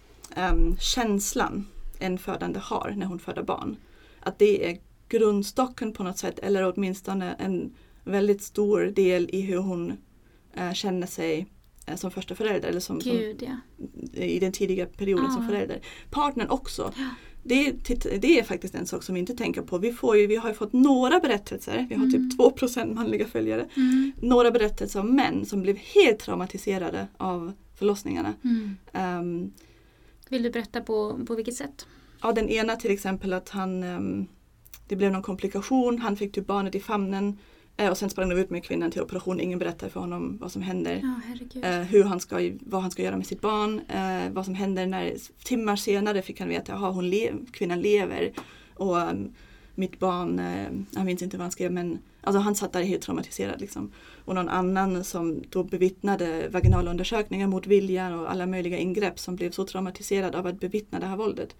[SPEAKER 2] känslan en födande har när hon föder barn, att det är grundstocken på något sätt, eller åtminstone en väldigt stor del i hur hon känner sig som första förälder eller som i den tidiga perioden som förälder. Partnern också. Det är faktiskt en sak som vi inte tänker på. Vi har ju fått några berättelser. Vi har typ 2% manliga följare. Några berättelser om män som blev helt traumatiserade av förlossningarna.
[SPEAKER 1] Vill du berätta på vilket sätt?
[SPEAKER 2] Ja, den ena till exempel att det blev någon komplikation. Han fick typ barnet i famnen. Och sen sprang de ut med kvinnan till operation. Ingen berättar för honom vad som händer. Vad han ska göra med sitt barn. Vad som händer när timmar senare fick han veta att kvinnan lever. Och mitt barn, jag minns inte vad han skrev, men alltså han satt där helt traumatiserad. Liksom. Och någon annan som då bevittnade vaginala undersökningar mot vilja och alla möjliga ingrepp som blev så traumatiserad av att bevittna det här våldet.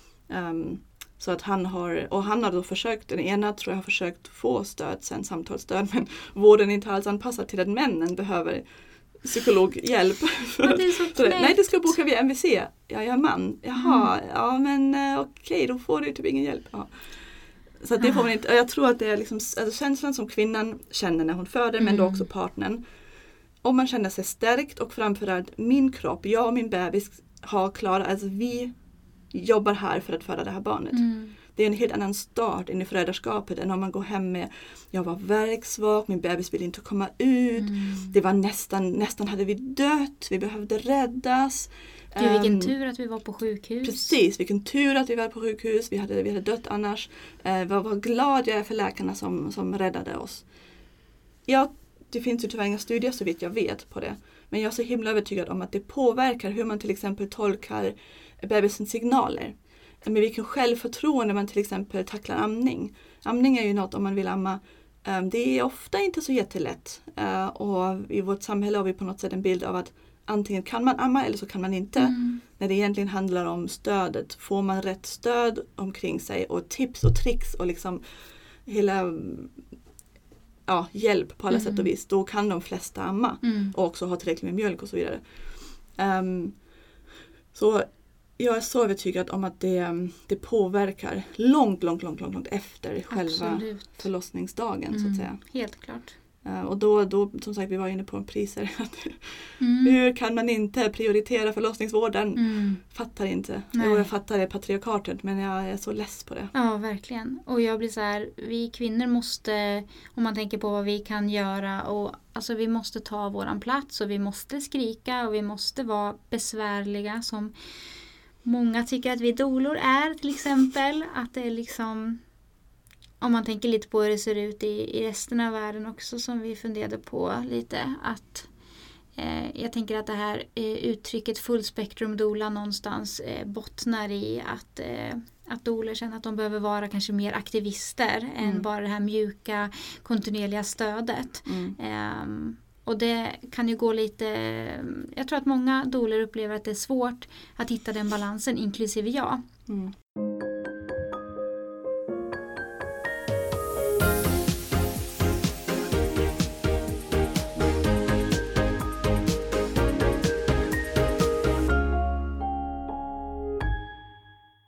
[SPEAKER 2] Så att han har då försökt, den ena tror jag har försökt få stöd, sen samtalsstöd, men vården är inte alls anpassad till att männen behöver psykologhjälp. Nej, det ska boka via MVC. Jag är man. Jaha, ja men okej, då får du typ ingen hjälp. Ja. Så att det får man inte, jag tror att det är liksom, alltså känslan som kvinnan känner när hon föder, men då också partnern. Om man känner sig stärkt och framförallt min kropp, jag och min bebis har klarat, alltså vi jobbar här för att föda det här barnet. Det är en helt annan start in i föräldraskapet än om man går hem med, jag var värksvag, min bebis ville inte komma ut, det var nästan hade vi dött, vi behövde räddas.
[SPEAKER 1] Gud, vilken tur att vi var på sjukhus.
[SPEAKER 2] Precis, vilken tur att vi var på sjukhus, vi hade dött annars. Vad glad jag är för läkarna som räddade oss. Ja, det finns ju tyvärr inga studier så vitt jag vet på det. Men jag är så himla övertygad om att det påverkar hur man till exempel tolkar bebisens signaler. Med vilken självförtroende man till exempel tacklar amning. Amning är ju något om man vill amma. Det är ofta inte så jättelätt. Och i vårt samhälle har vi på något sätt en bild av att antingen kan man amma eller så kan man inte. När det egentligen handlar om stödet. Får man rätt stöd omkring sig och tips och tricks och liksom hela hjälp på alla sätt och vis. Då kan de flesta amma och också ha tillräckligt med mjölk och så vidare. Så jag är så övertygad om att det påverkar långt efter själva
[SPEAKER 1] Absolut.
[SPEAKER 2] förlossningsdagen så att säga.
[SPEAKER 1] Helt klart.
[SPEAKER 2] Och då som sagt, vi var inne på priser. Hur kan man inte prioritera förlossningsvården? Fattar inte. Jo, jag fattar det patriarkatet, men jag är så less på det.
[SPEAKER 1] Ja, verkligen. Och jag blir så här, vi kvinnor måste, om man tänker på vad vi kan göra, och alltså vi måste ta våran plats och vi måste skrika och vi måste vara besvärliga som många tycker att vi doulor är till exempel. Att det är liksom, om man tänker lite på hur det ser ut i resten av världen också, som vi funderade på lite, att jag tänker att det här uttrycket full spektrum doula någonstans bottnar i att doulor känner att de behöver vara kanske mer aktivister än bara det här mjuka kontinuerliga stödet. Och det kan ju gå lite, jag tror att många doulor upplever att det är svårt att hitta den balansen, inklusive jag.